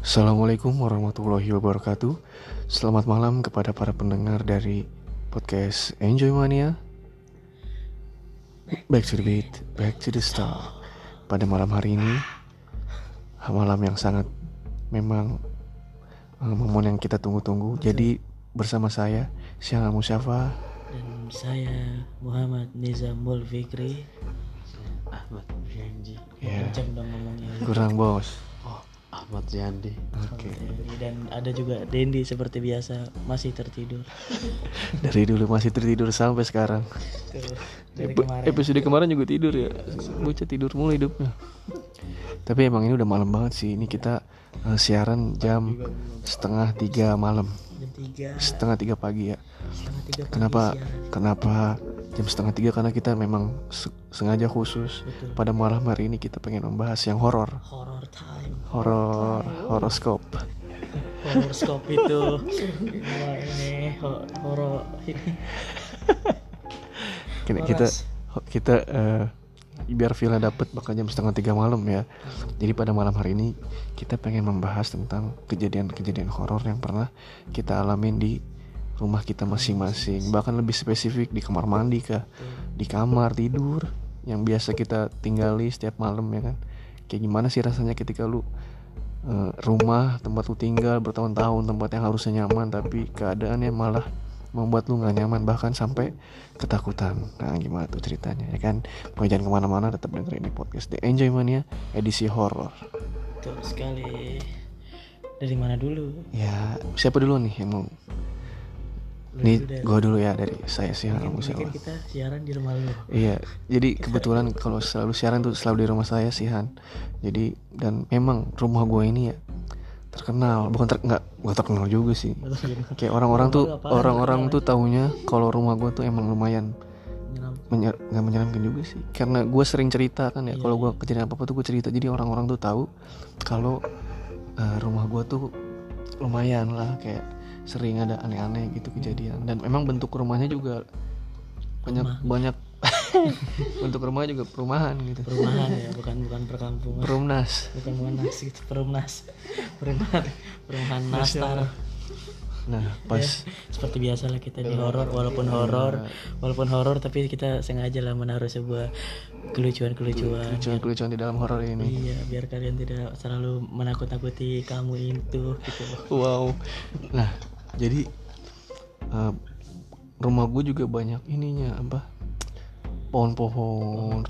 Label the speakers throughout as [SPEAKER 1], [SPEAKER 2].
[SPEAKER 1] Assalamualaikum warahmatullahi wabarakatuh. Selamat malam kepada para pendengar dari podcast Enjoy Mania. Back to the beat, back to the star. Pada malam hari ini, malam yang sangat memang momen yang kita tunggu-tunggu. Jadi bersama saya Syahal Musyafa
[SPEAKER 2] dan saya Muhammad Nizamul Fikri.
[SPEAKER 3] Ahmad Janji.
[SPEAKER 2] Kenceng dong ngomongnya.
[SPEAKER 1] kurang bos.
[SPEAKER 3] Ahmad Ziyandi.
[SPEAKER 1] Oke.
[SPEAKER 2] Dan ada juga Dendi seperti biasa masih tertidur.
[SPEAKER 1] Dari dulu masih tertidur sampai sekarang.
[SPEAKER 2] Tuh, dari kemarin.
[SPEAKER 1] Episode kemarin juga tidur ya. Bocah tidur mulu hidupnya. Tapi emang ini udah malam banget sih. Ini kita siaran jam 2:30 malam.
[SPEAKER 2] Jam 3.
[SPEAKER 1] 2:30 pagi ya.
[SPEAKER 2] 2:30 pagi
[SPEAKER 1] Kenapa?
[SPEAKER 2] siaran.
[SPEAKER 1] Kenapa jam 2:30? Karena kita memang sengaja khusus
[SPEAKER 2] Betul.
[SPEAKER 1] pada malam hari ini kita pengen membahas yang horor,
[SPEAKER 2] Horror time.
[SPEAKER 1] horoskop.
[SPEAKER 2] Horoskop itu. Wah, ini horor.
[SPEAKER 1] Kita biar villa dapet bakal jam 2:30 malam ya. Jadi pada malam hari ini kita pengen membahas tentang kejadian-kejadian horor yang pernah kita alamin di rumah kita masing-masing. Bahkan lebih spesifik di kamar mandi kah, di kamar tidur yang biasa kita tinggali setiap malam ya kan. Kayak gimana sih rasanya ketika lu rumah tempat lu tinggal bertahun-tahun, tempat yang harusnya nyaman tapi keadaannya malah membuat lu gak nyaman, bahkan sampai ketakutan. Nah gimana tuh ceritanya ya kan. Pokoknya jangan kemana-mana, tetap dengerin ini podcast The Enjoy Mania edisi horror.
[SPEAKER 2] Betul sekali. Dari mana dulu?
[SPEAKER 1] Ya siapa dulu nih yang mau?
[SPEAKER 2] Lu
[SPEAKER 1] Nih
[SPEAKER 2] dulu,
[SPEAKER 1] gue dulu ya, dari saya sih
[SPEAKER 2] Kan
[SPEAKER 1] Musyafa.
[SPEAKER 2] kita siaran di rumah lu.
[SPEAKER 1] Iya, jadi kebetulan kalau selalu siaran tuh selalu di rumah saya sih Han. Jadi dan memang rumah gue ini ya terkenal, bukan terkenal juga sih. Kayak orang-orang tuh taunya kalau rumah gue tuh emang lumayan nggak menyeramkan juga sih. Karena gue sering cerita kan ya, kalau gue kejadian apa tuh gue cerita. Jadi orang-orang tuh tahu kalau rumah gue tuh lumayan lah, kayak sering ada aneh-aneh gitu kejadian. Dan memang bentuk rumahnya juga banyak bentuk rumahnya juga perumahan gitu.
[SPEAKER 2] Perumahan ya, bukan perkampungan.
[SPEAKER 1] Perumnas.
[SPEAKER 2] Bukan gitu, perumahan nastar.
[SPEAKER 1] Nah pas
[SPEAKER 2] Seperti biasa lah kita di horor, walaupun horor tapi kita sengaja lah menaruh sebuah kelucuan
[SPEAKER 1] kelucuan di dalam horor ini.
[SPEAKER 2] Iya, biar kalian tidak selalu menakut-nakuti kamu itu gitu.
[SPEAKER 1] Wow. Nah jadi rumah gue juga banyak ininya apa, pohon-pohon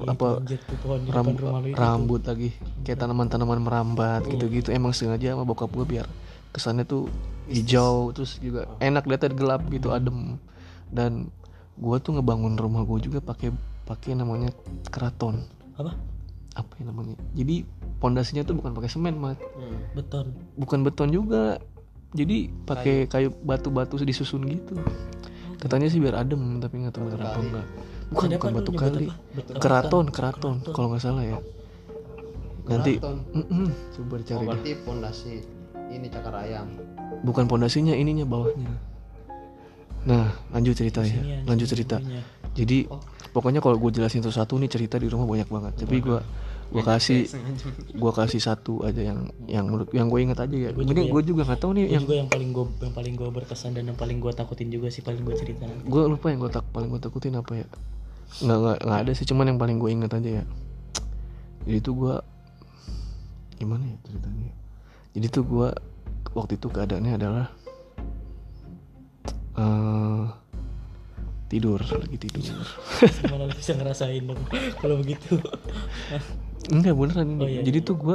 [SPEAKER 1] rambut lagi, kayak tanaman-tanaman merambat gitu-gitu. Emang sengaja sama bokap gue biar kesannya tuh hijau, terus juga enak lihatnya, gelap gitu, adem. Dan gue tuh ngebangun rumah gue juga pakai namanya keraton. Apa yang namanya? Jadi pondasinya tuh bukan pakai semen, Mat.
[SPEAKER 2] Beton.
[SPEAKER 1] Bukan beton juga. Jadi pakai kayu batu-batu disusun gitu. Katanya sih biar adem, tapi nggak tahu bener apa enggak. Bukan batu kali. Keraton kalau nggak salah ya. Nanti coba dicari.
[SPEAKER 3] Berarti pondasi ini cakar ayam.
[SPEAKER 1] Bukan pondasinya, ininya bawahnya. Nah, lanjut cerita. Jadi pokoknya kalau gue jelasin satu nih, cerita di rumah banyak banget. Tapi gue kasih satu aja yang gue ingat aja ya. Mungkin gue juga nggak tahu nih
[SPEAKER 2] yang paling gue berkesan dan yang paling gue takutin juga sih, paling gue cerita nanti.
[SPEAKER 1] Gue lupa yang paling gue takutin apa ya. Nggak ada sih, cuman yang paling gue ingat aja ya. Jadi tuh gue gimana ya ceritanya. Jadi tuh gue waktu itu keadaannya adalah lagi tidur.
[SPEAKER 2] Gimana lu bisa ngerasain dong kalau begitu?
[SPEAKER 1] Enggak beneran ini.
[SPEAKER 2] Iya.
[SPEAKER 1] Jadi tuh gue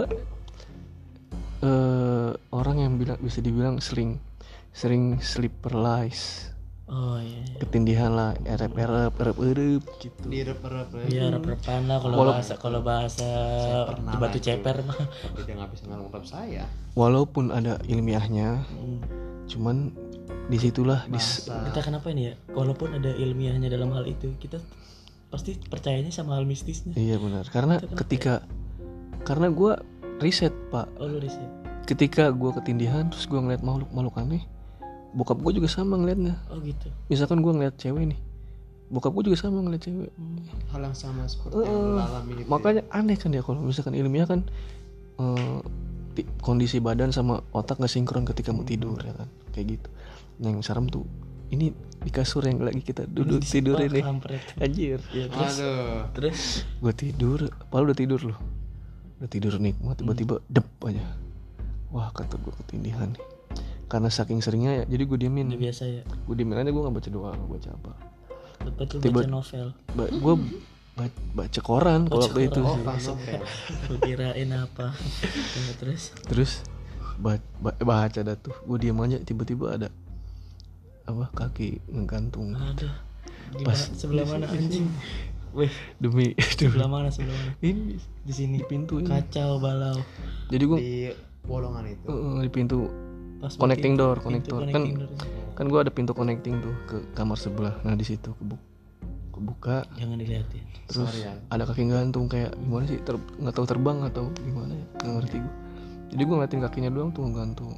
[SPEAKER 1] orang yang bisa dibilang sering sleep paralysis.
[SPEAKER 2] Oh iya.
[SPEAKER 1] Ketindihan lah, erep gitu.
[SPEAKER 3] Direp-rep.
[SPEAKER 2] Iya, rep-repan lah kalau bahasa di batu ceper mah.
[SPEAKER 3] Tapi dia nggak bisa ngerep saya.
[SPEAKER 1] Walaupun ada ilmiahnya, cuman disitulah
[SPEAKER 2] Kita kenapa ini ya? Walaupun ada ilmiahnya dalam hal itu, kita pasti percayanya sama hal mistisnya.
[SPEAKER 1] Iya benar. Karena gue riset, Pak.
[SPEAKER 2] Oh, lu riset.
[SPEAKER 1] Ketika gue ketindihan terus gue ngeliat makhluk aneh, bokap gue juga sama ngeliatnya.
[SPEAKER 2] Oh gitu.
[SPEAKER 1] Misalkan gue ngeliat cewek nih, bokap gue juga sama ngeliat cewek.
[SPEAKER 3] Hal yang sama seperti yang lu alami gitu.
[SPEAKER 1] Makanya aneh kan ya, kalau misalkan ilmiah kan kondisi badan sama otak nggak sinkron ketika mau tidur ya kan, kayak gitu. Nah yang serem tuh ini di kasur yang lagi kita duduk tidur ini, anjir.
[SPEAKER 2] Ya, terus
[SPEAKER 1] Gue tidur, Palu udah tidur loh, udah tidur nikmat, tiba-tiba dep aja. Wah kata gue ketindihan nih, karena saking seringnya ya, jadi gue diemin.
[SPEAKER 2] udah biasa ya.
[SPEAKER 1] Gue diemin aja, gue nggak baca doa, nggak baca apa.
[SPEAKER 2] Betul
[SPEAKER 1] Tiba-
[SPEAKER 2] baca novel.
[SPEAKER 1] Gue baca koran kalau waktu itu
[SPEAKER 3] Oh,
[SPEAKER 1] sih.
[SPEAKER 3] novel.
[SPEAKER 2] Lu kirain apa? Ya, terus
[SPEAKER 1] Baca dah tuh, gue diem aja, tiba-tiba ada apa kaki ngegantung.
[SPEAKER 2] aduh.
[SPEAKER 1] Pas
[SPEAKER 2] Sebelah mana anjing? Weh,
[SPEAKER 1] demi
[SPEAKER 2] sebelah mana?
[SPEAKER 1] ini
[SPEAKER 2] Di sini.
[SPEAKER 1] di pintu ini.
[SPEAKER 2] Kacau balau.
[SPEAKER 1] Jadi gue
[SPEAKER 3] Di bolongan itu.
[SPEAKER 1] di pintu
[SPEAKER 2] Pas
[SPEAKER 1] connecting door,
[SPEAKER 2] pintu
[SPEAKER 1] konektor
[SPEAKER 2] connecting door.
[SPEAKER 1] kan gue ada pintu connecting tuh ke kamar sebelah. Nah di situ kebuka,
[SPEAKER 2] Jangan dilihatin.
[SPEAKER 1] terus
[SPEAKER 3] Sorry ya.
[SPEAKER 1] ada kaki gantung kayak gimana sih, nggak tahu terbang atau gimana ya, nggak ngerti gue. Jadi gue ngeliatin kakinya doang tuh gantung.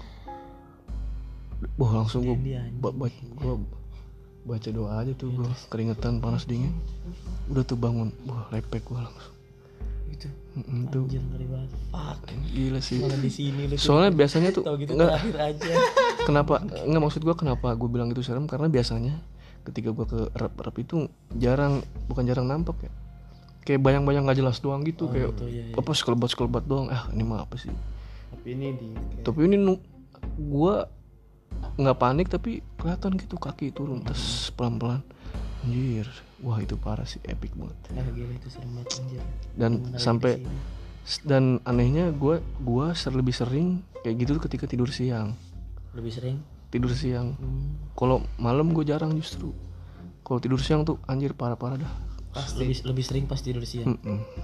[SPEAKER 1] Wah langsung gue
[SPEAKER 2] Dia anjing.
[SPEAKER 1] baca doa aja tuh, gue keringetan panas dingin, udah tuh bangun, wah lepek gue langsung.
[SPEAKER 2] Itu
[SPEAKER 1] Tuh
[SPEAKER 2] anjir ngeri banget. Fuck.
[SPEAKER 1] gila sih.
[SPEAKER 2] Malah di sini lu.
[SPEAKER 1] Soalnya biasanya tuh
[SPEAKER 2] Tahu gitu
[SPEAKER 1] nggak,
[SPEAKER 2] terakhir aja.
[SPEAKER 1] kenapa nggak, maksud gue kenapa gue bilang itu serem, karena biasanya ketika gue ke rep itu bukan jarang nampak ya, kayak bayang-bayang nggak jelas doang gitu, kayak
[SPEAKER 2] Gitu, ya, ya.
[SPEAKER 1] apa sekelebat doang. Ini mah apa sih,
[SPEAKER 3] Tapi ini di
[SPEAKER 1] tapi ini gue nggak panik, tapi kelihatan gitu kaki turun terus pelan-pelan, anjir. Wah itu parah sih, epic banget.
[SPEAKER 2] Ah gila itu serem banget anjir.
[SPEAKER 1] Dan
[SPEAKER 2] Gimana lagi
[SPEAKER 1] sampai
[SPEAKER 2] di sini?
[SPEAKER 1] dan anehnya gue lebih sering kayak gitu ketika tidur siang.
[SPEAKER 2] Lebih sering.
[SPEAKER 1] Kalau malam gue jarang justru. Kalau tidur siang tuh anjir parah-parah dah.
[SPEAKER 2] Pasti lebih sering pas tidur siang.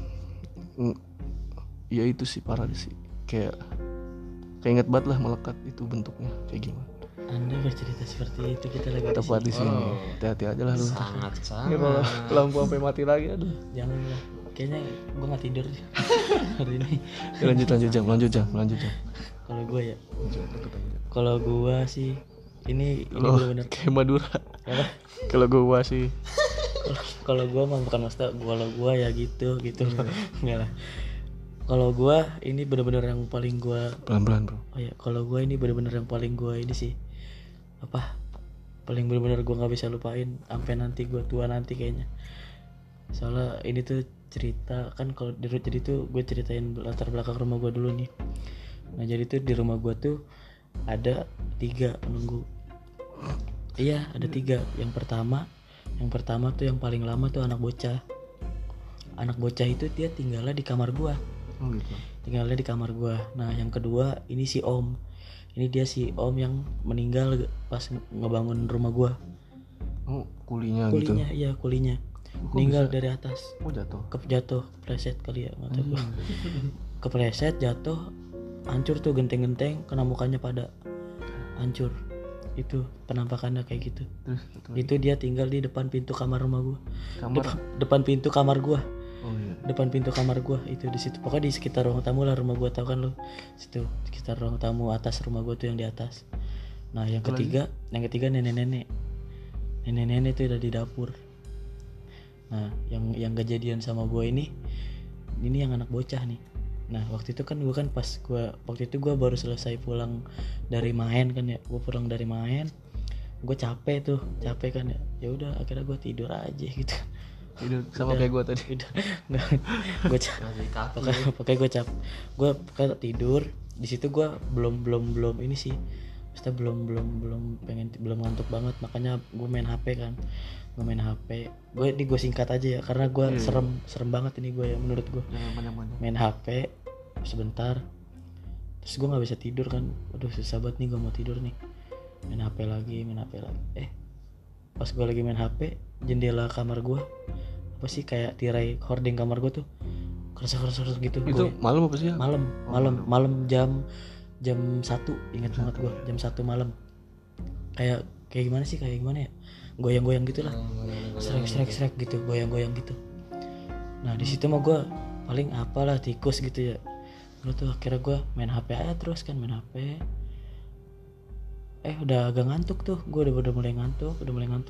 [SPEAKER 1] Ya itu sih parah sih. Kayak inget banget lah, melekat itu bentuknya kayak gimana.
[SPEAKER 2] Anda bercerita seperti itu, kita lagi
[SPEAKER 1] Tepat di sini. Hati-hati aja lah lu.
[SPEAKER 3] sangat
[SPEAKER 1] Ya, kalau lampu sampai mati lagi, aduh.
[SPEAKER 2] Jangan lah. Kayaknya gue nggak tidur hari ini.
[SPEAKER 1] Ya, lanjut jam.
[SPEAKER 2] Kalau gue ya. Kalau gue sih ini benar-benar.
[SPEAKER 1] Kayak Madura.
[SPEAKER 2] Apa?
[SPEAKER 1] Kalau gue sih
[SPEAKER 2] Kalau gue mah bukan maksudnya kalau gue ya gitu enggak lah. Kalau gue ini benar-benar yang paling gue
[SPEAKER 1] pelan-pelan bro.
[SPEAKER 2] oh ya kalau gue ini benar-benar yang paling gue ini sih apa paling benar-benar gue nggak bisa lupain sampai nanti gue tua nanti kayaknya. Soalnya ini tuh cerita kan, kalau jadi tuh gue ceritain latar belakang rumah gue dulu nih. Nah jadi tuh di rumah gue tuh ada 3 penunggu. Iya ada 3. Yang pertama tuh yang paling lama tuh anak bocah itu dia tinggalnya di kamar gua.
[SPEAKER 1] Oh gitu.
[SPEAKER 2] Tinggalnya di kamar gua. Nah yang kedua ini si om. Ini dia si om yang meninggal pas ngebangun rumah gua.
[SPEAKER 1] Oh kulinya gitu.
[SPEAKER 2] Iya kulinya. Meninggal dari atas.
[SPEAKER 1] Oh jatuh.
[SPEAKER 2] Jatuh preset kali ya, nggak tahu gua. Kepleset jatuh, hancur tuh genteng-genteng, kena mukanya pada hancur. Itu penampakannya kayak gitu.
[SPEAKER 1] Terus.
[SPEAKER 2] Itu dia tinggal di depan pintu kamar rumah gua.
[SPEAKER 1] Kamar.
[SPEAKER 2] Depan pintu kamar gua.
[SPEAKER 1] Oh iya.
[SPEAKER 2] Depan pintu kamar gua itu di situ. Pokoknya di sekitar ruang tamu lah rumah gua, tahu kan lu. Situ sekitar ruang tamu atas rumah gua tuh yang di atas. Nah, yang ketiga nenek-nenek. Nenek-nenek itu udah di dapur. Nah, yang kejadian sama gua ini yang anak bocah nih. Nah, waktu itu kan waktu itu gua baru selesai pulang dari main kan ya. Gua pulang dari main. Gua capek kan ya. Ya udah akhirnya gua tidur aja gitu.
[SPEAKER 1] Tidur sama kayak gue tadi.
[SPEAKER 2] Udah gue pakai gue pakai tidur di situ. Gue belum ini sih, maksudnya belum ngantuk banget, makanya gue main HP kan. Gue singkat aja ya karena gue serem banget ini gue ya menurut gue. Main HP sebentar terus gue nggak bisa tidur kan. Aduh susah banget nih, gue mau tidur nih, main HP lagi. Pas gue lagi main HP, jendela kamar gue apa sih kayak tirai hording kamar gue tuh keras gitu.
[SPEAKER 1] Itu malam apa sih?
[SPEAKER 2] Malam jam 1, ingat banget gue jam 1 malam. Kayak gimana ya, goyang-goyang gitulah, srek gitu, goyang-goyang gitu. Nah di situ mah gue paling apalah tikus gitu ya. Lalu tuh akhirnya gue main HP aja terus kan, main HP. Udah agak ngantuk tuh, gue udah mulai ngantuk.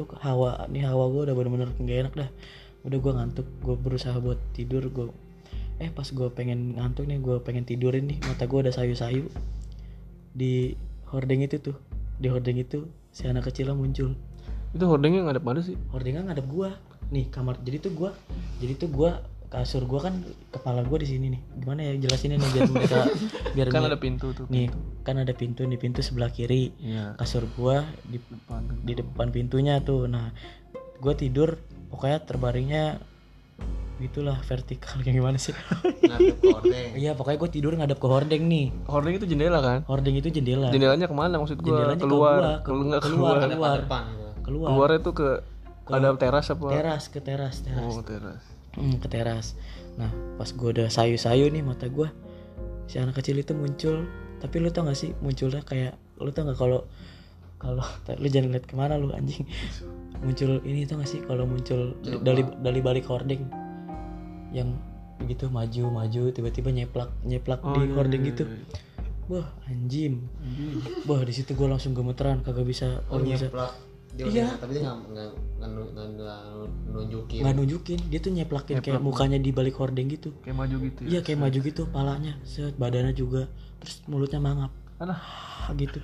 [SPEAKER 2] Hawa gue udah bener-bener gak enak dah. Udah gue ngantuk, gue berusaha buat tidur, gue Pas gue pengen ngantuk nih, gue pengen tidurin nih, mata gue ada sayu-sayu di hordeng itu tuh. Di hordeng itu si anak kecilnya muncul.
[SPEAKER 1] Itu hordengnya ngadep mana sih?
[SPEAKER 2] Hordengnya ngadep gue nih kamar. Jadi tuh gue kasur gue kan, kepala gue di sini nih. Gimana ya jelasinnya nih biar mereka biar
[SPEAKER 1] Kan ada pintu tuh.
[SPEAKER 2] nih kan ada pintu nih, pintu sebelah kiri.
[SPEAKER 1] Iya.
[SPEAKER 2] Kasur gue di depan pintunya tuh. Nah gue tidur pokoknya terbaringnya itulah vertikal kayak gimana sih.
[SPEAKER 3] Ngadep ke hordeng.
[SPEAKER 2] Iya pokoknya gue tidur ngadep ke hordeng nih.
[SPEAKER 1] Hordeng itu jendela kan?
[SPEAKER 2] Hordeng itu jendela.
[SPEAKER 1] Jendelanya kemana maksud gua?
[SPEAKER 2] Jendelanya
[SPEAKER 1] Keluar.
[SPEAKER 2] keluar.
[SPEAKER 1] Keluar.
[SPEAKER 3] Keluar. Depan gitu.
[SPEAKER 2] Keluar.
[SPEAKER 1] Keluarnya tuh ke ada teras apa?
[SPEAKER 2] Ke teras.
[SPEAKER 1] Oh, teras.
[SPEAKER 2] Ke teras. Nah pas gue udah sayu-sayu nih mata gue, si anak kecil itu muncul. Tapi lu tau gak sih munculnya kayak, lu tau gak kalau lu jangan lihat kemana lu anjing. Muncul ini tau gak sih kalau muncul dari balik hordeng yang begitu maju tiba-tiba nyeplak di hordeng gitu. Wah anjing. Wah di situ gue langsung gemeteran, kagak bisa.
[SPEAKER 3] Nyeplak.
[SPEAKER 2] Iya.
[SPEAKER 3] Tapi dia nggak nunjukin.
[SPEAKER 2] Nggak nunjukin, dia tuh nyeplakin kayak mukanya di balik hordeng gitu.
[SPEAKER 1] Kayak maju gitu ya.
[SPEAKER 2] Iya kayak maju gitu, palanya, badannya juga, terus mulutnya mangap.
[SPEAKER 1] Alah,
[SPEAKER 2] gitu.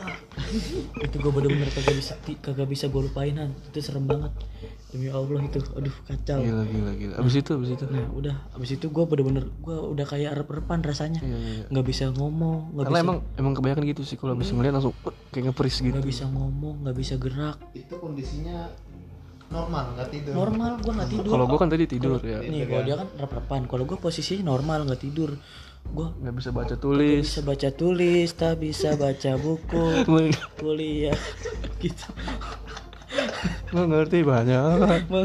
[SPEAKER 2] Itu gue bener-bener kagak bisa gue lupain Han. Itu serem banget. Demi Allah itu, aduh kacau.
[SPEAKER 1] Gila. Abis itu.
[SPEAKER 2] Nah udah, abis itu gue bener-bener udah kayak rep-repan rasanya.
[SPEAKER 1] Iya.
[SPEAKER 2] Nggak bisa ngomong,
[SPEAKER 1] Karena emang kebanyakan gitu sih, kalau abis ngeliat langsung kayak nge-freeze gitu.
[SPEAKER 2] nggak bisa ngomong, nggak bisa gerak.
[SPEAKER 3] Itu kondisinya normal, nggak tidur.
[SPEAKER 2] Normal, gue nggak tidur.
[SPEAKER 1] Kalau gue kan tadi tidur ya.
[SPEAKER 2] Nih kalau dia kan rep-repan, kalau gue posisinya normal nggak tidur. Gue
[SPEAKER 1] Nggak bisa baca tulis.
[SPEAKER 2] tak bisa baca buku, kuliah gitu.
[SPEAKER 1] Mengerti banyak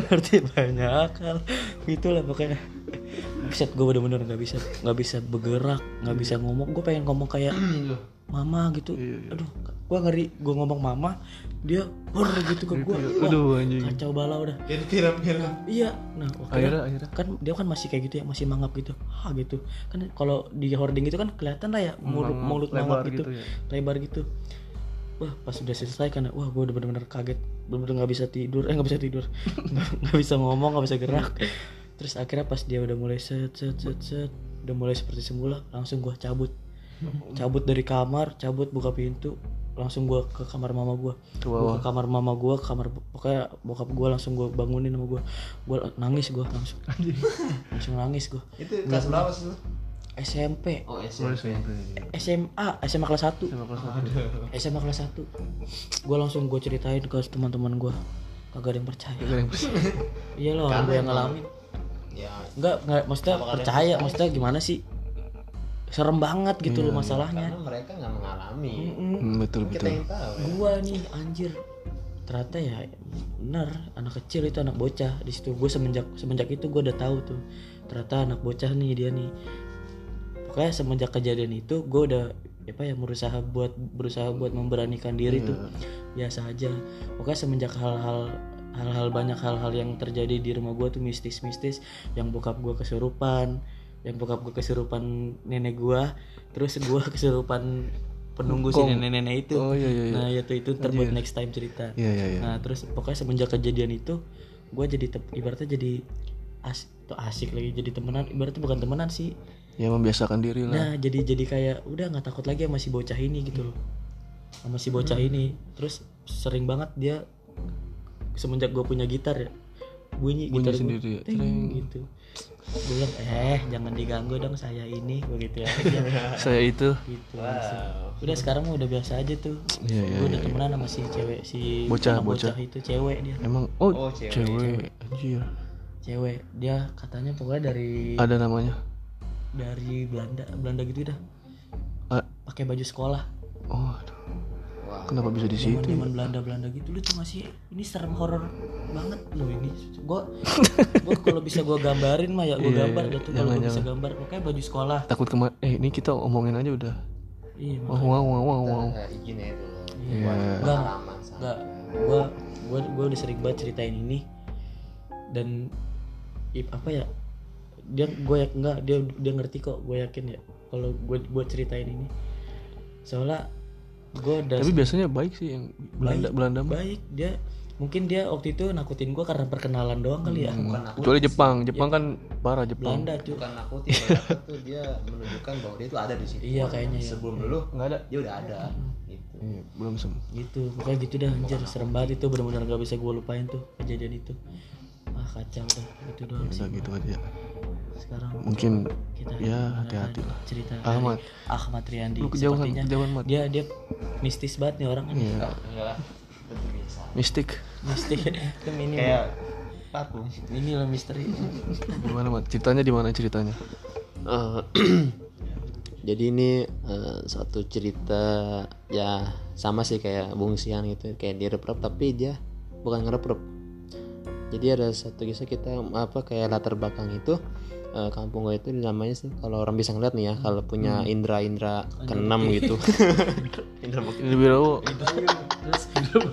[SPEAKER 2] hal gitulah pokoknya. Buset, gue bener-bener nggak bisa bergerak, nggak bisa ngomong. Gue pengen ngomong kayak mama gitu. Aduh, gue ngeri. Gue ngomong mama, dia gitu ke gue.
[SPEAKER 1] Aduh anjing.
[SPEAKER 2] Kacau balau udah.
[SPEAKER 3] Jadi film.
[SPEAKER 2] Iya. Nah
[SPEAKER 1] Akhirnya
[SPEAKER 2] kan dia kan masih kayak gitu ya, masih mangap gitu. Gitu. Kan kalau di hording itu kan kelihatan lah ya mulut mangap gitu,
[SPEAKER 1] ya.
[SPEAKER 2] lebar gitu. Wah pas udah selesai kan, wah gue udah bener-bener kaget, bener-bener nggak bisa tidur, nggak bisa ngomong, nggak bisa gerak. Terus akhirnya pas dia udah mulai set, udah mulai seperti semula, langsung gue cabut dari kamar, buka pintu, langsung gue ke kamar mama gue. Ke kamar mama gue, pokoknya bokap gue langsung gue bangunin sama gue nangis gue langsung nangis gue.
[SPEAKER 3] Itu kelas berapa sih lu?
[SPEAKER 2] SMP.
[SPEAKER 3] Oh SMP.
[SPEAKER 2] SMA kelas 1. SMA kelas 1. Gue langsung ceritain ke teman-teman gue. Kagak ada yang percaya. Iya loh, gue yang ngalamin.
[SPEAKER 3] Ya.
[SPEAKER 2] Enggak maksudnya percaya, maksudnya gimana sih? Serem banget gitu loh masalahnya.
[SPEAKER 3] Karena mereka nggak mengalami.
[SPEAKER 1] Betul.
[SPEAKER 3] Kita yang tahu. Ya.
[SPEAKER 2] Gua nih anjir. Ternyata ya benar, anak kecil itu anak bocah. Di situ gue semenjak itu gue udah tahu tuh. Ternyata anak bocah nih dia nih. Pokoknya semenjak kejadian itu gue udah berusaha buat memberanikan diri tuh. Biasa aja. Pokoknya semenjak banyak hal-hal yang terjadi di rumah gue tuh mistis, yang bokap gue kesurupan, nenek gue, terus gue kesurupan penunggu si nenek-nenek itu.
[SPEAKER 1] Iya.
[SPEAKER 2] Nah itu terbuat next time cerita.
[SPEAKER 1] Iya.
[SPEAKER 2] Nah terus pokoknya semenjak kejadian itu gue jadi ibaratnya jadi asik lagi, jadi temenan, ibaratnya bukan temenan sih
[SPEAKER 1] ya, membiasakan diri lah.
[SPEAKER 2] Nah jadi kayak udah nggak takut lagi sama si bocah ini gitu loh, sama si bocah ini. Terus sering banget dia semenjak gue punya gitar ya, bunyi gitar
[SPEAKER 1] sendiri ya,
[SPEAKER 2] gitu. Gue bilang jangan diganggu dong saya ini, gue gitu ya.
[SPEAKER 1] Saya itu
[SPEAKER 2] Gitu. Udah sekarang mah udah biasa aja tuh.
[SPEAKER 1] Iya.
[SPEAKER 2] Gue udah temenan sama si cewek, si
[SPEAKER 1] Bocah
[SPEAKER 2] itu cewek dia.
[SPEAKER 1] emang cewek. Anjir.
[SPEAKER 2] Cewek dia katanya pokoknya dari
[SPEAKER 1] Ada namanya.
[SPEAKER 2] Dari Belanda gitu dah. Pakai baju sekolah.
[SPEAKER 1] Oh, aduh. Kenapa bisa di situ?
[SPEAKER 2] Zaman Belanda gitu. Lu tuh masih ini serem horor banget loh ini. Gua kalau bisa gua gambarin mah ya gua gambar gitu. Kalau gua bisa gambar pokoknya baju sekolah.
[SPEAKER 1] Takut ini kita omongin aja udah.
[SPEAKER 2] Iya.
[SPEAKER 3] Wow. Izinnya itu.
[SPEAKER 2] Enggak. Gua udah sering banget ceritain ini. Dan dia ngerti kok, gue yakin ya kalau gue ceritain ini. Soalnya gue udah.
[SPEAKER 1] Tapi biasanya baik sih yang Belanda mah.
[SPEAKER 2] Baik, dia Mungkin dia waktu itu nakutin gue karena perkenalan doang kali ya.
[SPEAKER 3] Bukan nakutin
[SPEAKER 1] Kecuali
[SPEAKER 3] sih.
[SPEAKER 1] Jepang kan parah Jepang.
[SPEAKER 2] Belanda tuh.
[SPEAKER 3] Bukan nakutin, kalau tuh dia menunjukkan bahwa dia tuh ada di situ.
[SPEAKER 2] Iya, kayaknya ya.
[SPEAKER 3] Sebelum dulu
[SPEAKER 1] Nggak ada.
[SPEAKER 3] dia udah ada. Gitu.
[SPEAKER 1] Iya, belum sem.
[SPEAKER 2] Gitu, pokoknya gitu dah anjir, serem banget itu, benar-benar gak bisa gue lupain tuh kejadian itu. Ah kacau dah, itu doang sih.
[SPEAKER 1] Udah gitu aja.
[SPEAKER 2] Sekarang
[SPEAKER 1] mungkin
[SPEAKER 2] kita
[SPEAKER 1] ya
[SPEAKER 2] mendengarkan
[SPEAKER 1] hati-hati lah.
[SPEAKER 2] cerita
[SPEAKER 1] Ahmad.
[SPEAKER 2] dari Ahmad Riyandi.
[SPEAKER 1] Lu kejauhan,
[SPEAKER 2] Sepertinya
[SPEAKER 1] Mat.
[SPEAKER 2] dia mistis banget nih orang kan.
[SPEAKER 1] Iya.
[SPEAKER 3] Enggak lah. Itu biasa.
[SPEAKER 1] Mistik.
[SPEAKER 2] Mistis itu minim.
[SPEAKER 3] Kayak parfum.
[SPEAKER 2] Ini lah misteri.
[SPEAKER 1] Gimana Mat? Ceritanya di mana ceritanya?
[SPEAKER 4] Jadi ini satu cerita ya sama sih kayak Bung Sian gitu, kayak di rep tapi dia bukan ngerep. Jadi ada satu kisah kita kayak latar belakang itu kampung gue itu namanya sih, kalau orang bisa ngeliat nih ya, kalau punya indra keenam gitu. Indra bukti.
[SPEAKER 1] Ini biro.
[SPEAKER 2] Terus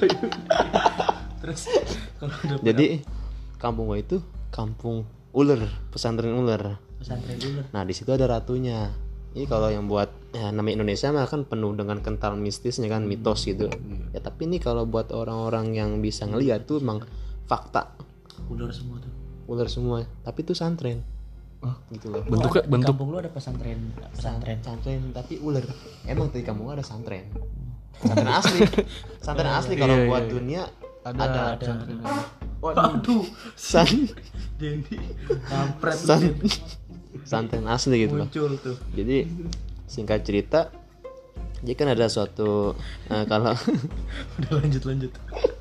[SPEAKER 2] terus kalau udah
[SPEAKER 4] Jadi kampung gue itu kampung ular, pesantren ular.
[SPEAKER 2] pesantren dulu.
[SPEAKER 4] Nah di situ ada ratunya. Ini kalau yang buat nama Indonesia mah kan penuh dengan kental mistisnya kan, mitos gitu. Ya tapi ini kalau buat orang-orang yang bisa ngeliat tuh emang fakta,
[SPEAKER 2] Ular semua tuh.
[SPEAKER 4] ular semua. Tapi itu santren. Gitu loh.
[SPEAKER 1] Bentuknya
[SPEAKER 2] Di
[SPEAKER 1] bentuk
[SPEAKER 2] kampung lu ada pesantren.
[SPEAKER 4] Santren tapi ular. Emang di kampung ada santren. Santren asli. Santren asli kalau
[SPEAKER 1] Iya,
[SPEAKER 4] buat
[SPEAKER 1] iya.
[SPEAKER 4] dunia
[SPEAKER 1] ada.
[SPEAKER 2] Waduh,
[SPEAKER 4] san
[SPEAKER 2] Dendi kampret
[SPEAKER 4] san santren asli gitu loh.
[SPEAKER 2] muncul tuh.
[SPEAKER 4] Jadi singkat cerita, jadi kan ada suatu kalau
[SPEAKER 2] Udah lanjut.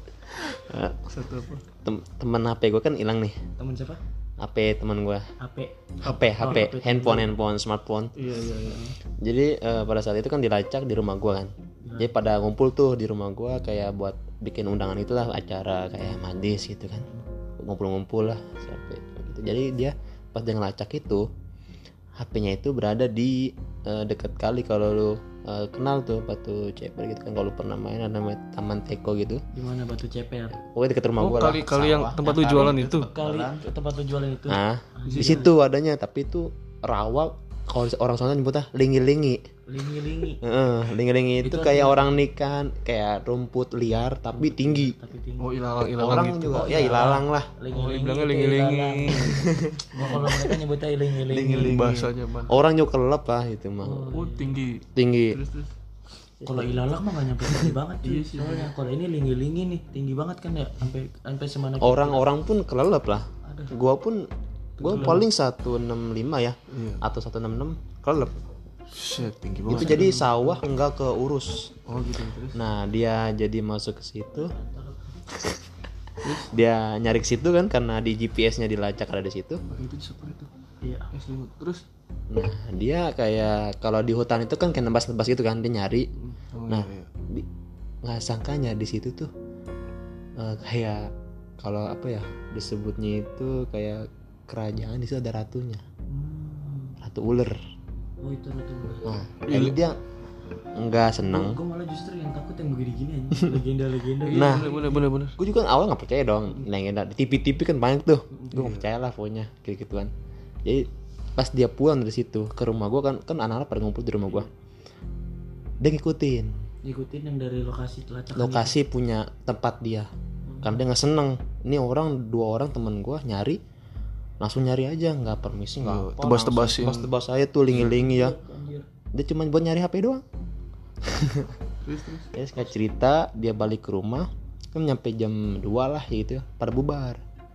[SPEAKER 1] Satu apa?
[SPEAKER 4] teman HP gue kan hilang nih.
[SPEAKER 2] Temen siapa?
[SPEAKER 4] HP teman gue.
[SPEAKER 2] HP.
[SPEAKER 4] HP, handphone, smartphone.
[SPEAKER 1] Iya.
[SPEAKER 4] Jadi pada saat itu kan dilacak di rumah gue kan. Jadi pada ngumpul tuh di rumah gue kayak buat bikin undangan itulah, acara kayak madis gitu kan. Ngumpul-ngumpul lah sampai gitu. Jadi dia pas dia ngelacak itu HP-nya itu berada di dekat kali, kalau lu kenal tuh Batu Ceper gitu kan, kalau lu pernah main ada namanya Taman Teko gitu.
[SPEAKER 2] Di mana Batu Ceper?
[SPEAKER 4] Pokoknya dekat rumah
[SPEAKER 1] Oh,
[SPEAKER 4] gue lah.
[SPEAKER 1] kali yang tempat lu jualan itu.
[SPEAKER 2] Kali tempat lu jualan itu.
[SPEAKER 4] Nah, di situ adanya, tapi itu rawa, kalau orang sana nyebutnya lingi-lingi.
[SPEAKER 2] Lingi-lingi.
[SPEAKER 4] Lingi-lingi itu kayak orang nikah, kayak rumput liar tapi tinggi.
[SPEAKER 2] Tapi tinggi.
[SPEAKER 1] Oh, ilalang
[SPEAKER 4] Orang
[SPEAKER 1] gitu.
[SPEAKER 4] juga ya ilalang lah.
[SPEAKER 2] Lingi-lingi.
[SPEAKER 1] bilangnya
[SPEAKER 2] itu
[SPEAKER 1] lingi-lingi.
[SPEAKER 2] ilalang. Nah, kalau mereka nyebutnya lingi-lingi.
[SPEAKER 1] Bahasanya man.
[SPEAKER 4] Orang juga kelelep lah itu mah.
[SPEAKER 1] Oh, tinggi.
[SPEAKER 4] Tinggi.
[SPEAKER 1] Terus.
[SPEAKER 2] Kalau ilalang mah gak nyampe tinggi banget cuy. Soalnya kalau ini lingi-lingi nih, tinggi banget kan ya, sampai semana kita.
[SPEAKER 4] Orang-orang pun kelelep lah. Gua paling 165 ya.
[SPEAKER 1] Iya.
[SPEAKER 4] Atau 166 kelelep.
[SPEAKER 1] Shit, tinggi
[SPEAKER 4] Itu
[SPEAKER 1] banget.
[SPEAKER 4] jadi sawah enggak keurus.
[SPEAKER 1] Oh, gitu terus.
[SPEAKER 4] Nah, dia jadi masuk ke situ. Dia nyari ke situ kan karena di GPS-nya dilacak ada di situ.
[SPEAKER 1] Itu siapa itu?
[SPEAKER 2] Iya.
[SPEAKER 1] Selimut. Terus
[SPEAKER 4] Nah, dia kayak kalau di hutan itu kan kayak nebas-nebas gitu kan, dia nyari.
[SPEAKER 1] oh,
[SPEAKER 4] Nah,
[SPEAKER 1] iya.
[SPEAKER 4] nggak sangkanya di situ tuh kayak kalau apa ya disebutnya itu kayak kerajaan, di situ ada ratunya, ratu ular.
[SPEAKER 2] Oh itu ratu.
[SPEAKER 4] Nah, jadi dia nggak seneng.
[SPEAKER 2] Gue malah justru yang takut yang begini-gini aja. Legenda-legenda.
[SPEAKER 4] Nah,
[SPEAKER 1] bener.
[SPEAKER 4] gue juga awal nggak percaya dong, legenda di TV kan banyak tuh, gue nggak percaya lah pokoknya kayak gituan. Jadi pas dia pulang dari situ ke rumah gue kan anak-anak pada ngumpul di rumah gue, dia ngikutin
[SPEAKER 2] Ngikutin yang dari lokasi telacakan.
[SPEAKER 4] lokasi punya tempat dia, karena dia nggak seneng. Ini dua orang temen gue nyari, langsung nyari aja, nggak permisi nggak apa,
[SPEAKER 1] tebas-tebasin.
[SPEAKER 4] tebas saya tuh lingi-lingi ya.
[SPEAKER 2] Anjir.
[SPEAKER 4] Dia cuma buat nyari HP doang.
[SPEAKER 1] Terus.
[SPEAKER 4] Ya singkat cerita dia balik ke rumah kan nyampe jam 2 lah gitu ya, pada bubar.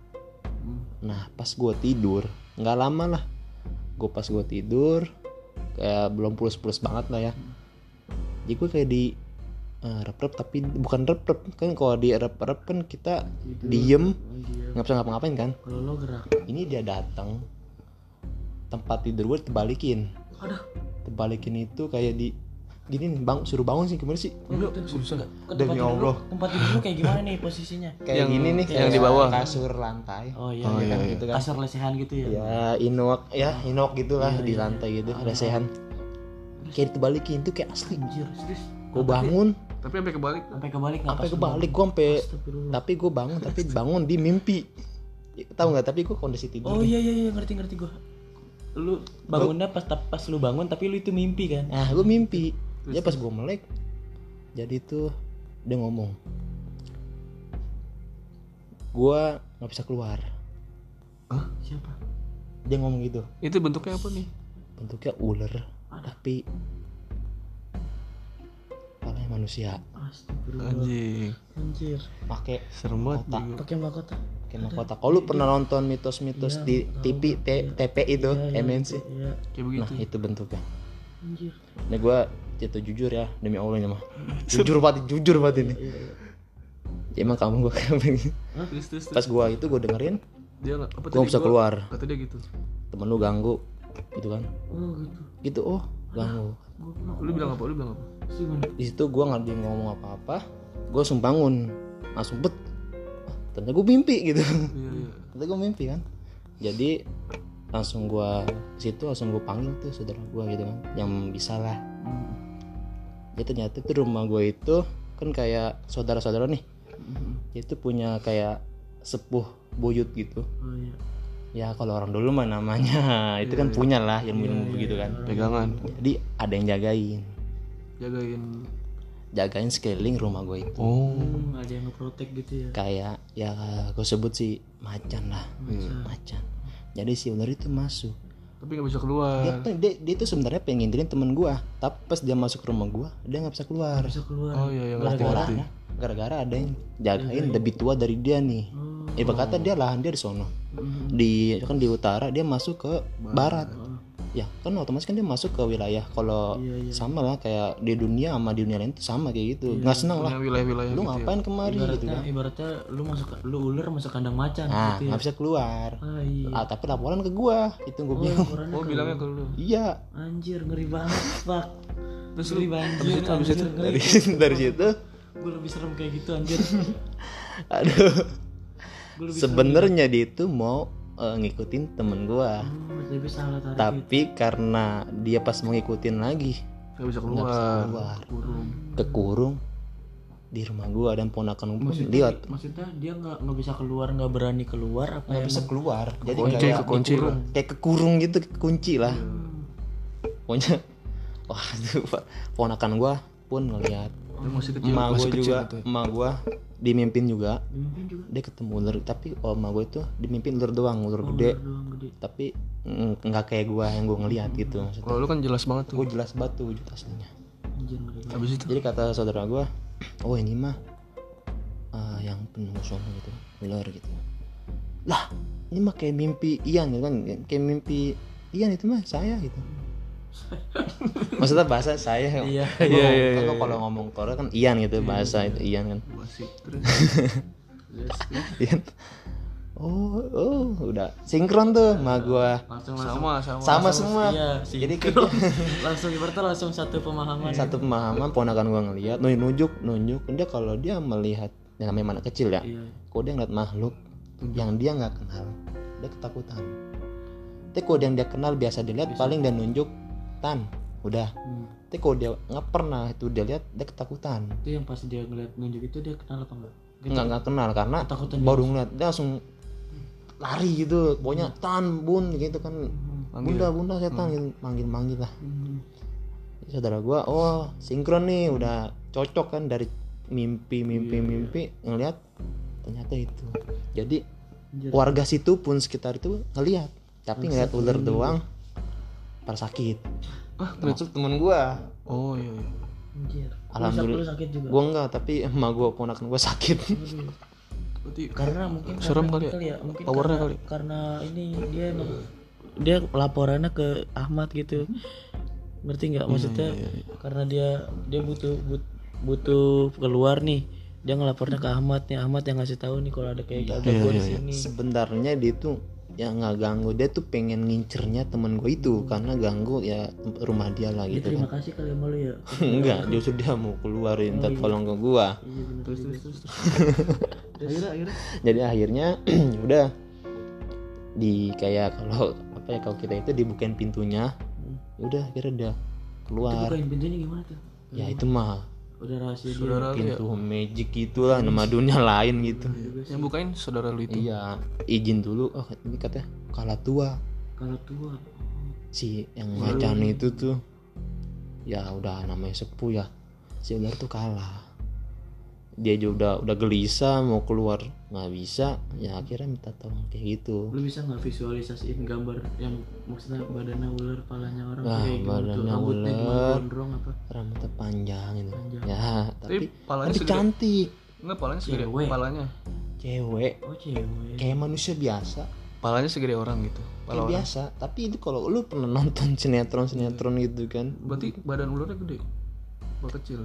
[SPEAKER 4] Nah pas gue tidur nggak lama lah, pas gue tidur kayak belum pulas-pulas banget lah ya. Jadi gue kayak di rep-rep, tapi bukan rep-rep kan, kalau di rep-rep kan kita diem nggak bisa ngapa-ngapain kan.
[SPEAKER 2] Kalau lo gerak.
[SPEAKER 4] Ini dia datang, tempat tidur gue dibalikin.
[SPEAKER 2] Aduh.
[SPEAKER 4] Dibalikin itu kayak di gini nih, suruh bangun sih, gimana sih?
[SPEAKER 2] Demi Allah. Tempat tidur lu kayak gimana nih posisinya?
[SPEAKER 4] Kayak gini nih,
[SPEAKER 1] yang
[SPEAKER 4] kayak
[SPEAKER 1] di bawah.
[SPEAKER 4] kasur lantai.
[SPEAKER 2] Oh iya,
[SPEAKER 4] Kan gitu kan.
[SPEAKER 2] kasur lesehan gitu ya.
[SPEAKER 4] Ya inok gitulah di lantai gitu, lesehan. Kayak dibalikin tuh kayak asli.
[SPEAKER 2] Anjir, serius.
[SPEAKER 4] Gue bangun,
[SPEAKER 1] Tapi sampai kebalik.
[SPEAKER 2] Sampai kebalik nggak?
[SPEAKER 4] sampai kebalik gue
[SPEAKER 2] Astagfirullah.
[SPEAKER 4] tapi gue bangun di mimpi. Tahu nggak? Tapi gue kondisi tidur.
[SPEAKER 2] Oh iya ngerti gua. Lu bangunnya pas lu bangun tapi lu itu mimpi kan?
[SPEAKER 4] Nah gue mimpi. Ya pas gue melek, jadi tuh dia ngomong, gue nggak bisa keluar.
[SPEAKER 2] Siapa?
[SPEAKER 4] Dia ngomong gitu.
[SPEAKER 1] Itu bentuknya apa nih?
[SPEAKER 4] Bentuknya ular tapi kepalanya manusia.
[SPEAKER 2] Astagfirullah.
[SPEAKER 1] Anjir,
[SPEAKER 2] Pakai
[SPEAKER 1] serem banget.
[SPEAKER 4] Kotak.
[SPEAKER 1] Bego.
[SPEAKER 2] pakai mahkota.
[SPEAKER 4] Kayak mahkota. Kalau lu pernah nonton mitos-mitos
[SPEAKER 2] Iya,
[SPEAKER 4] di
[SPEAKER 2] tahu.
[SPEAKER 4] TV TP itu MNC.
[SPEAKER 2] Iya.
[SPEAKER 1] Kayak
[SPEAKER 4] Nah
[SPEAKER 1] begitu.
[SPEAKER 4] itu bentuknya.
[SPEAKER 2] Anjir.
[SPEAKER 4] Nah gue itu jujur ya demi Allah ini mah. Jujur banget ini. Ya, emang kamu gue kayak begini.
[SPEAKER 1] Terus.
[SPEAKER 4] Pas gue itu gue dengerin
[SPEAKER 1] Dia apa
[SPEAKER 4] gue bisa keluar.
[SPEAKER 1] Kata dia gitu.
[SPEAKER 4] Temen lu ganggu gitu kan.
[SPEAKER 2] Oh gitu.
[SPEAKER 4] Gitu oh ganggu.
[SPEAKER 1] Lu bilang apa?
[SPEAKER 2] Terus gimana?
[SPEAKER 4] Di situ gue nggak dia ngomong apa-apa. Gue langsung bangun. Langsung bet. Ternyata gue mimpi gitu.
[SPEAKER 1] Iya.
[SPEAKER 4] Ternyata gue mimpi kan. Jadi langsung gue situ langsung gue panggil tuh saudara gue gitu kan yang bisa lah. Jadi ternyata tuh rumah gue itu kan kayak saudara-saudara nih. Itu punya kayak sepuh buyut gitu.
[SPEAKER 2] Oh iya.
[SPEAKER 4] Ya kalau orang dulu mah namanya itu kan punya lah ilmu-ilmu begitu kan.
[SPEAKER 1] Pegangan.
[SPEAKER 4] Jadi ada yang jagain sekeliling rumah gue itu.
[SPEAKER 1] Oh.
[SPEAKER 2] Ada yang ngeprotek gitu ya.
[SPEAKER 4] Kayak ya gue sebut sih macan lah. Macan. Jadi si ular itu masuk.
[SPEAKER 1] Tapi nggak bisa keluar.
[SPEAKER 4] Dia itu sebenarnya pengen ngintilin temen gue, tapi pas dia masuk ke rumah gue dia nggak bisa keluar.
[SPEAKER 2] Bisa keluar.
[SPEAKER 1] Oh iya, ngerti.
[SPEAKER 4] Gara-gara ada yang jagain lebih tua dari dia nih. Ibarat kata dia lahan dia di sono, di utara dia masuk ke barat. Ya kan otomatis kan dia masuk ke wilayah. Kalau sama lah kayak di dunia sama di dunia lain itu sama kayak gitu. Nggak senang lah.
[SPEAKER 1] Punya wilayah-wilayah
[SPEAKER 4] Lu
[SPEAKER 1] gitu
[SPEAKER 4] ngapain kemari gitu kan?
[SPEAKER 2] Ibaratnya lu ular masuk kandang macan
[SPEAKER 4] Nah
[SPEAKER 2] gitu ya.
[SPEAKER 4] nggak bisa keluar.
[SPEAKER 2] Ah, iya.
[SPEAKER 4] Tapi laporan ke gua itu gue bilang.
[SPEAKER 2] Laporannya
[SPEAKER 1] Oh,
[SPEAKER 2] ke-
[SPEAKER 1] bilangnya ke lu.
[SPEAKER 4] Iya.
[SPEAKER 2] Anjir ngeri banget pak.
[SPEAKER 1] Terus
[SPEAKER 2] Ngeri banget.
[SPEAKER 1] habis itu
[SPEAKER 4] Dari situ,
[SPEAKER 2] Gue lebih serem kayak gitu anjir.
[SPEAKER 4] aduh.
[SPEAKER 2] Gue lebih
[SPEAKER 4] Sebenarnya dia itu mau ngikutin temen gua.
[SPEAKER 2] tapi salah tarik.
[SPEAKER 4] Tapi karena dia pas mau ngikutin lagi
[SPEAKER 1] nggak bisa
[SPEAKER 4] nggak bisa
[SPEAKER 1] keluar.
[SPEAKER 4] keluar,
[SPEAKER 1] Kurung.
[SPEAKER 4] kekurung di rumah gua dan ponakan gua pun lihat
[SPEAKER 2] Maksudnya dia nggak bisa keluar, nggak berani keluar apa
[SPEAKER 4] nggak
[SPEAKER 2] ya?
[SPEAKER 4] bisa keluar. Jadi
[SPEAKER 1] Kunci,
[SPEAKER 4] kayak
[SPEAKER 1] kekunci
[SPEAKER 4] dikurung.
[SPEAKER 1] lah.
[SPEAKER 4] Kayak kekurung gitu, kekunci lah. Pokoknya wah itu ponakan gua pun ngeliat.
[SPEAKER 1] Dia masih kecil.
[SPEAKER 4] Emak
[SPEAKER 1] Masih
[SPEAKER 4] gua
[SPEAKER 1] kecil
[SPEAKER 4] juga,
[SPEAKER 1] katanya.
[SPEAKER 4] emak gua dimimpin juga.
[SPEAKER 2] Mungkin juga
[SPEAKER 4] Dia ketemu ular, tapi emak gua itu dimimpin ular doang, ular gede.
[SPEAKER 2] doang gede.
[SPEAKER 4] Tapi nggak kayak gua yang gua ngeliat gitu maksudnya.
[SPEAKER 1] Kalau lu kan jelas banget tuh.
[SPEAKER 4] Gua jelas banget tuh wujud aslinya.
[SPEAKER 2] Anjir ngeri banget.
[SPEAKER 1] Habis itu
[SPEAKER 4] Jadi kata saudara gue, oh ini mah yang penunggu sono gitu, ular gitu. Lah, ini mah kayak mimpi Ian gitu kan, kayak mimpi Ian itu mah saya gitu. Maksudnya bahasa saya.
[SPEAKER 2] Iya.
[SPEAKER 4] Kalau kalau ngomong Korea kan Ian gitu, bahasa itu Ian kan.
[SPEAKER 1] masih terus.
[SPEAKER 4] Ian. Oh, udah sinkron tuh sama gue.
[SPEAKER 2] Langsung
[SPEAKER 1] Sama.
[SPEAKER 4] Sama semua.
[SPEAKER 2] Iya,
[SPEAKER 4] Jadi kayak
[SPEAKER 2] langsung ibaratnya langsung satu pemahaman.
[SPEAKER 4] satu pemahaman ponakan gue ngelihat nunjuk dia kalau dia melihat yang namanya anak kecil ya,
[SPEAKER 2] Iya.
[SPEAKER 4] kalau dia ngeliat makhluk yang dia nggak kenal dia ketakutan. Tapi kalau yang dia kenal biasa dilihat paling dia nunjuk tan udah. Tapi kalau dia nggak pernah itu dia lihat dia ketakutan.
[SPEAKER 2] Itu yang pas dia ngeliat nunjuk itu dia kenal apa enggak?
[SPEAKER 4] Nggak kenal karena
[SPEAKER 2] Ketakutan
[SPEAKER 4] baru ngeliat dia langsung lari gitu, pokoknya tan bun gitu kan, bunda setan gitu, manggil lah. Saudara gua oh sinkron nih udah cocok kan dari mimpi ngelihat ternyata itu. Jadi warga situ pun sekitar itu ngelihat tapi ngelihat ular doang pada sakit. Termasuk temen gua.
[SPEAKER 1] Oh iya.
[SPEAKER 2] Anjir.
[SPEAKER 4] Alhamdulillah.
[SPEAKER 2] Lu sakit juga.
[SPEAKER 4] Gua enggak, tapi emak gua ponakan gua sakit.
[SPEAKER 1] Berarti
[SPEAKER 2] Karena mungkin
[SPEAKER 1] serem
[SPEAKER 2] karena,
[SPEAKER 1] kali ya?
[SPEAKER 2] Mungkin
[SPEAKER 1] Powernya
[SPEAKER 2] karena,
[SPEAKER 1] kali.
[SPEAKER 2] karena ini dia emang dia laporannya ke Ahmad gitu. Ngerti nggak maksudnya? Karena dia butuh keluar nih. Dia ngelapornya ke Ahmad nih. Ahmad yang ngasih tahu nih kalau ada kayak gangguan di sini.
[SPEAKER 4] Sebenarnya dia tuh yang nggak ganggu, dia tuh pengen ngincernya temen gue itu karena ganggu ya rumah dia lah
[SPEAKER 2] Dia
[SPEAKER 4] gitu
[SPEAKER 2] terima
[SPEAKER 4] kan.
[SPEAKER 2] kasih kali sama lu ya.
[SPEAKER 4] Enggak, justru dia mau keluarin minta tolong ke gua.
[SPEAKER 2] Iya bener.
[SPEAKER 1] terus. Akhirnya
[SPEAKER 4] Jadi akhirnya udah di kayak kalau kita itu dibukain pintunya, udah akhirnya dia keluar.
[SPEAKER 2] Bukain pintunya gimana tuh?
[SPEAKER 4] Ya itu mah
[SPEAKER 2] Udah rahasia dia.
[SPEAKER 1] saudara lu ya.
[SPEAKER 4] pintu magic gitulah, nama dunia lain gitu.
[SPEAKER 1] Yang bukain saudara lu itu.
[SPEAKER 4] Iya, izin dulu. Oh ini katanya kalah tua
[SPEAKER 2] Kalau tua.
[SPEAKER 4] si yang macan itu tuh. Ya udah namanya sepuh ya. Si ular tuh kalah. dia juga udah gelisah mau keluar nggak bisa, ya akhirnya minta tolong kayak gitu.
[SPEAKER 2] Lu bisa nggak visualisasiin gambar yang maksudnya badannya ular, palanya orang
[SPEAKER 4] Wah,
[SPEAKER 2] kayak gitu,
[SPEAKER 4] badannya
[SPEAKER 2] rambutnya cuma
[SPEAKER 4] ular.
[SPEAKER 2] gondrong apa?
[SPEAKER 4] Rambutnya panjang gitu.
[SPEAKER 2] Panjang.
[SPEAKER 4] Ya tapi
[SPEAKER 1] palanya
[SPEAKER 4] tapi
[SPEAKER 1] segede-
[SPEAKER 4] cantik.
[SPEAKER 1] Enggak, palanya segede
[SPEAKER 2] Cewek.
[SPEAKER 1] palanya.
[SPEAKER 4] Cewek
[SPEAKER 2] Oh cewek.
[SPEAKER 4] kayak manusia biasa.
[SPEAKER 1] Palanya segede orang gitu.
[SPEAKER 4] Kayak
[SPEAKER 1] Pala orang.
[SPEAKER 4] biasa, tapi itu kalau lu pernah nonton sinetron gitu kan,
[SPEAKER 1] Berarti badan ularnya gede. Apa kecil?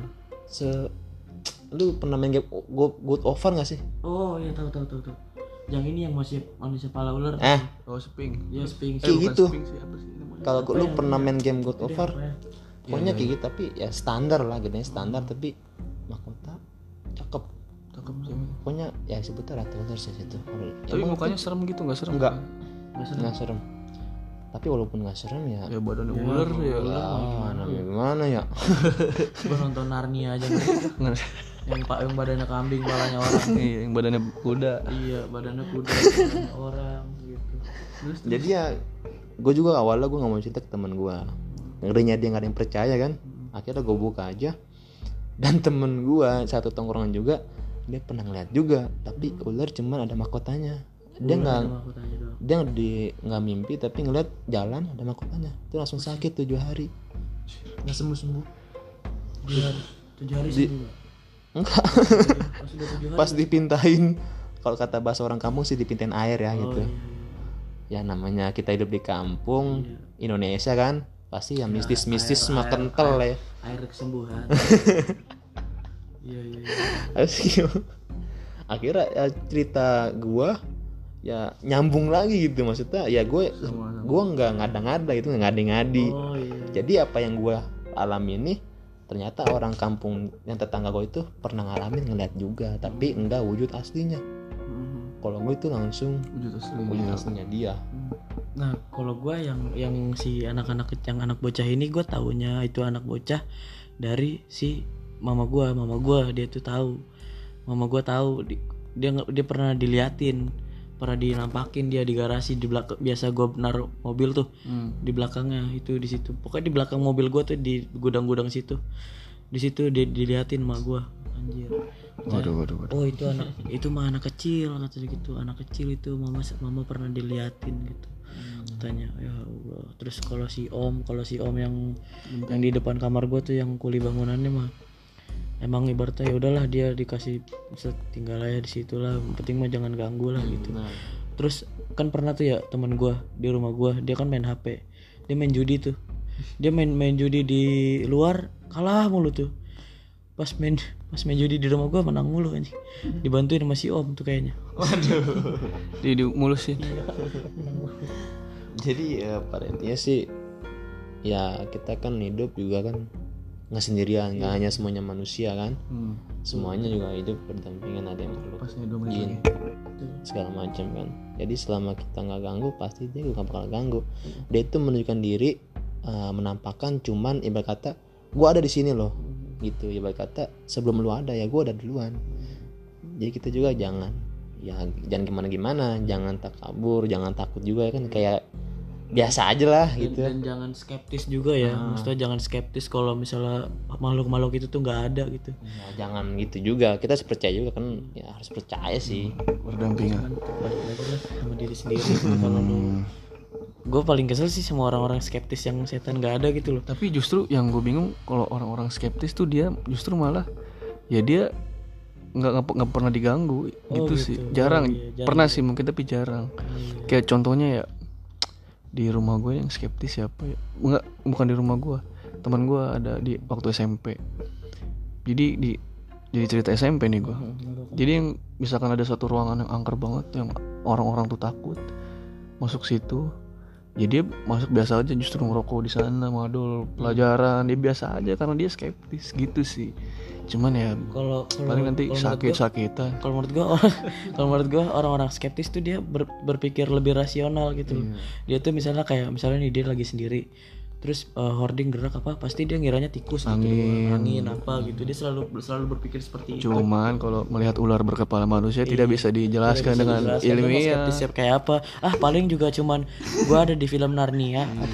[SPEAKER 4] lu pernah main game God of War nggak sih?
[SPEAKER 2] Oh iya tahu. Yang ini yang masih manusia pala ular.
[SPEAKER 1] Oh, Sphinx.
[SPEAKER 2] Ya Sphinx.
[SPEAKER 4] Kayak
[SPEAKER 1] bukan
[SPEAKER 4] gitu.
[SPEAKER 1] Sphinx sih, apa sih namanya?
[SPEAKER 4] Kalau lu pernah main game God of War,
[SPEAKER 2] Apa ya?
[SPEAKER 4] pokoknya kayak gitu, tapi ya standar lah, gedenya standar, tapi mahkota cakep.
[SPEAKER 1] Cakep sih.
[SPEAKER 4] Pokoknya ya sebutnya Ratu Ular sih situ.
[SPEAKER 1] Tapi mukanya serem gitu, enggak serem?
[SPEAKER 4] enggak,
[SPEAKER 2] Masa
[SPEAKER 4] nggak serem. Tapi walaupun nggak serem ya,
[SPEAKER 1] Ya badannya ular ya.
[SPEAKER 4] namanya gimana ya?
[SPEAKER 2] gua nonton Narnia aja yang badannya kambing, palanya orang.
[SPEAKER 1] Iya, yang badannya kuda.
[SPEAKER 2] Iya, badannya kuda, palanya orang gitu. Terus
[SPEAKER 4] Jadi ya, gue juga awalnya gue nggak mau cerita ke teman gue. Ngerinya dia nggak ada yang percaya kan. Akhirnya gue buka aja. Dan temen gue satu tongkrongan juga, dia pernah ngeliat juga. Tapi ular cuman ada mahkotanya. Dia nggak
[SPEAKER 2] aku tanya doang.
[SPEAKER 4] dia nggak mimpi tapi ngeliat jalan ada mahkotanya. Itu langsung sakit 7 hari. Nggak sembuh.
[SPEAKER 2] 7 hari sih juga.
[SPEAKER 4] Enggak.
[SPEAKER 2] Pas udah 7 hari.
[SPEAKER 4] Pas dipintain, kalau kata bahasa orang kampung sih dipintain air ya gitu.
[SPEAKER 2] Iya.
[SPEAKER 4] Ya namanya kita hidup di kampung Indonesia kan, pasti ya mistis-mistis mah kental ya.
[SPEAKER 2] Air kesembuhan. Iya.
[SPEAKER 4] Akhirnya ya, cerita gua ya nyambung lagi gitu, maksudnya ya gua nggak ngada-ngada gitu, nggak ngadi-ngadi.
[SPEAKER 2] Oh iya.
[SPEAKER 4] Jadi apa yang gua alami ini ternyata orang kampung yang tetangga gua itu pernah ngalamin, ngeliat juga, tapi enggak wujud aslinya. Kalau gue itu langsung
[SPEAKER 1] Wujud asli.
[SPEAKER 4] wujud aslinya dia.
[SPEAKER 2] Nah, kalau gua yang si anak-anak yang anak bocah ini, gua taunya itu anak bocah dari si mama gua dia tuh tahu. Mama gua tahu dia pernah diliatin, pernah dinampakin dia di garasi di belakang. Biasa gue naruh mobil tuh di belakangnya, itu di situ. Pokoknya di belakang mobil gue tuh di gudang-gudang situ. Di situ dia diliatin mak gue. Anjir.
[SPEAKER 1] Waduh.
[SPEAKER 2] Oh itu mah anak kecil, kata dia gitu. Anak kecil itu mama pernah diliatin gitu. Katanya ya Allah. Terus kalau si om yang di depan kamar gue tuh yang kuli bangunannya mah, emang ibaratnya ya udahlah dia dikasih tinggal aja di situ lah, penting mah jangan ganggu lah gitu. Terus kan pernah tuh ya teman gue di rumah gue, dia kan main HP, dia main judi tuh, dia main judi di luar kalah mulu tuh. Pas main judi di rumah gue menang mulu anjing, dibantuin sama si om tuh kayaknya.
[SPEAKER 1] Di mulus sih.
[SPEAKER 4] Jadi ya pada intinya sih ya kita kan hidup juga kan nggak sendirian, nggak hanya semuanya manusia kan, semuanya juga hidup berdampingan, ada yang makhluk
[SPEAKER 1] Pasnya 2 menit
[SPEAKER 4] jin
[SPEAKER 1] lagi.
[SPEAKER 4] segala macam kan. Jadi selama kita nggak ganggu pasti dia juga nggak bakal ganggu. Dia itu menunjukkan diri, menampakkan cuman ibarat kata gue ada di sini loh gitu, ibarat kata sebelum lu ada ya gue ada duluan. Jadi kita juga jangan gimana, jangan takabur, jangan takut juga kan, kayak biasa aja lah gitu.
[SPEAKER 2] Dan jangan skeptis juga ya, maksudnya jangan skeptis kalau misalnya makhluk-makhluk itu tuh nggak ada gitu.
[SPEAKER 4] Ya, jangan gitu juga, kita harus percaya juga kan, ya harus percaya sih.
[SPEAKER 1] Berdampingan.
[SPEAKER 2] Balik lagi lah sama diri sendiri. Kalau lu, gue paling kesel sih sama orang-orang skeptis yang setan nggak ada gitu loh.
[SPEAKER 1] Tapi justru yang gue bingung kalau orang-orang skeptis tuh dia justru malah ya dia nggak pernah diganggu gitu sih. Jarang.
[SPEAKER 2] Jarang.
[SPEAKER 1] Pernah sih mungkin tapi jarang. Kayak contohnya ya di rumah gue yang skeptis siapa ya? Bukan di rumah gue, teman gue ada di waktu SMP. Jadi jadi cerita SMP nih gue. Jadi yang misalkan ada satu ruangan yang angker banget, yang orang-orang tuh takut masuk situ, ya dia masuk biasa aja, justru ngerokok di sana, madol pelajaran, dia biasa aja karena dia skeptis gitu sih. Cuman ya paling nanti sakit-sakitan.
[SPEAKER 2] Kalau menurut gue orang-orang skeptis tuh dia berpikir lebih rasional gitu loh. Dia tuh misalnya nih dia lagi sendiri, terus hoarding gerak apa, pasti dia ngiranya tikus angin apa gitu. Dia selalu berpikir seperti itu.
[SPEAKER 1] Cuman kalau melihat ular berkepala manusia tidak bisa dijelaskan dengan ilmiah.
[SPEAKER 2] Skeptis kayak apa? Paling juga cuman gue ada di film Narnia apa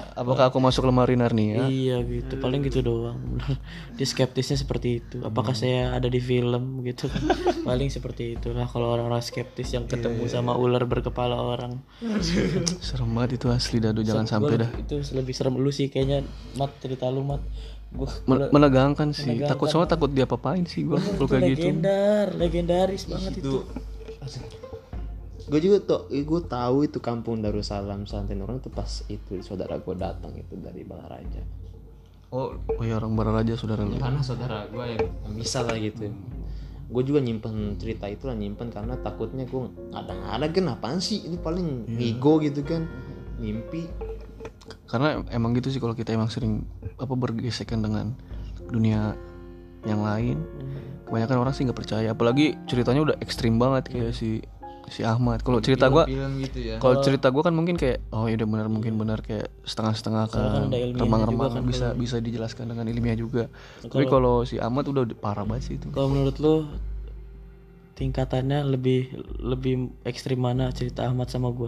[SPEAKER 1] Apakah aku masuk lemari Narnia?
[SPEAKER 2] Iya gitu, paling gitu doang. Dia skeptisnya seperti itu. Apakah saya ada di film gitu kan? Paling seperti itulah kalau orang-orang skeptis yang ketemu sama ular berkepala orang.
[SPEAKER 1] Serem banget itu asli Dado, jangan sampai dah.
[SPEAKER 2] Itu lebih serem lu sih kayaknya, Mat, cerita lu, Mat. Gua
[SPEAKER 1] Menegangkan sih. Soalnya takut dia apain sih gua kalau kayak gitu.
[SPEAKER 2] legendaris banget itu.
[SPEAKER 4] Gue juga gue tahu itu kampung Darussalam Pesantren orang tuh pas itu saudara gue datang itu dari Balaraja.
[SPEAKER 1] Oh ya, orang Bararaja saudara lu.
[SPEAKER 4] Karena saudara gue yang bisa lah gitu. Gue juga nyimpen cerita itu lah, nyimpen karena takutnya gue ada kan apaan sih itu paling ngigo gitu kan, mimpi.
[SPEAKER 1] Karena emang gitu sih, kalau kita emang sering bergesekan dengan dunia yang lain, kebanyakan orang sih nggak percaya. Apalagi ceritanya udah ekstrim banget kayak si Ahmad. Kalau cerita gue,
[SPEAKER 3] gitu ya.
[SPEAKER 1] kalau cerita gue kan mungkin kayak oh ya udah benar, mungkin benar kayak setengah-setengah kan, remang-remang bisa dijelaskan dengan ilmiah juga. Tapi kalau si Ahmad udah parah banget sih itu.
[SPEAKER 2] Kalau menurut lu tingkatannya lebih ekstrim mana cerita Ahmad sama gua?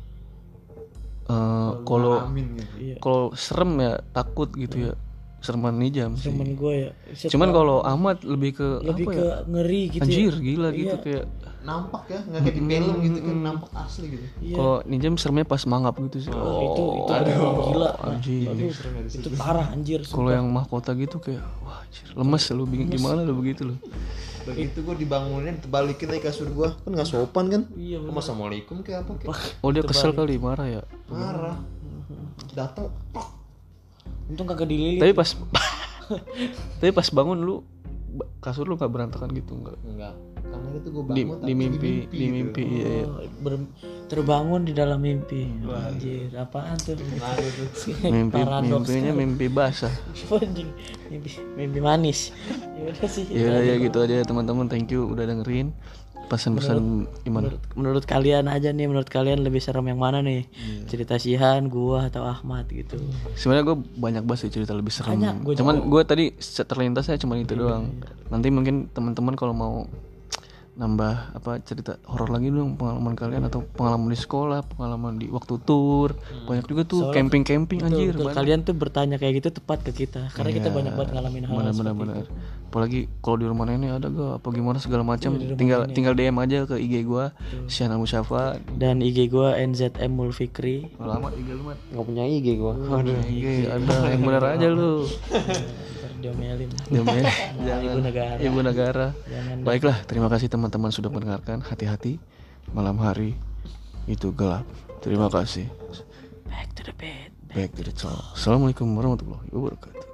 [SPEAKER 1] Kalau serem ya takut gitu ya, sereman Nijam sih.
[SPEAKER 2] Temen gua ya.
[SPEAKER 1] Cuman kalau Ahmad lebih ke
[SPEAKER 2] ngeri gitu.
[SPEAKER 1] anjir gila gitu kayak
[SPEAKER 3] Nampak ya, nggak kayak di film gitu kan, nampak asli gitu.
[SPEAKER 1] kalau Nijam seremnya pas mangap gitu sih.
[SPEAKER 2] Itu gila.
[SPEAKER 1] Anjir.
[SPEAKER 2] Itu parah anjir.
[SPEAKER 1] Kalau yang mahkota gitu kayak wah anjir, lemes lu, bingung gimana lu begitu lu.
[SPEAKER 3] Begitu gue dibangunin, terbalikin lagi kasur gue, kan nggak sopan kan?
[SPEAKER 2] Iya, bener.
[SPEAKER 3] Assalamualaikum kayak apa kayak.
[SPEAKER 1] Oh dia kesel kali, marah ya.
[SPEAKER 3] Marah. Datang,
[SPEAKER 2] Untung kagak dililit.
[SPEAKER 1] Tapi pas bangun lu kasur lu nggak berantakan gitu nggak?
[SPEAKER 3] enggak. Karena itu gue
[SPEAKER 1] Di
[SPEAKER 3] bangun tapi
[SPEAKER 1] mimpi iya.
[SPEAKER 2] Terbangun di dalam mimpi. Anjir, apaan tuh?
[SPEAKER 1] Mimpinya mimpi basah.
[SPEAKER 2] Anjing, mimpi manis. Ya udah sih.
[SPEAKER 1] Ya gitu aja ya teman-teman, thank you udah dengerin pesan-pesan Iman.
[SPEAKER 2] Menurut kalian aja nih, menurut kalian lebih serem yang mana nih? Cerita Sihan, gua atau Ahmad gitu.
[SPEAKER 1] Sebenarnya gue banyak banget sih cerita lebih serem.
[SPEAKER 2] Banyak, gua
[SPEAKER 1] Cuman gue tadi terlintasnya cuma itu doang. Nanti mungkin teman-teman kalau mau nambah cerita horor lagi dong, pengalaman kalian atau pengalaman di sekolah, pengalaman di waktu tour. Banyak juga tuh camping anjir.
[SPEAKER 2] Betul, kalian tuh bertanya kayak gitu tepat ke kita karena kita banyak banget ngalamin hal
[SPEAKER 1] benar. Apalagi kalau di rumah nenek ada gak apa gimana segala macam, tinggal DM aja ke IG gua Syahna Musyafa
[SPEAKER 2] dan IG gua NZM Mulfikri.
[SPEAKER 1] Lama IG lu, Mat.
[SPEAKER 4] Nggak punya IG gue.
[SPEAKER 1] IG ada yang bener aja lu.
[SPEAKER 2] Diomelin.
[SPEAKER 1] Jangan Ibu negara. Baiklah, terima kasih teman-teman sudah mendengarkan. Hati-hati, malam hari itu gelap. Terima kasih.
[SPEAKER 2] Back to the bed.
[SPEAKER 1] Back to the talk. Assalamualaikum warahmatullahi wabarakatuh.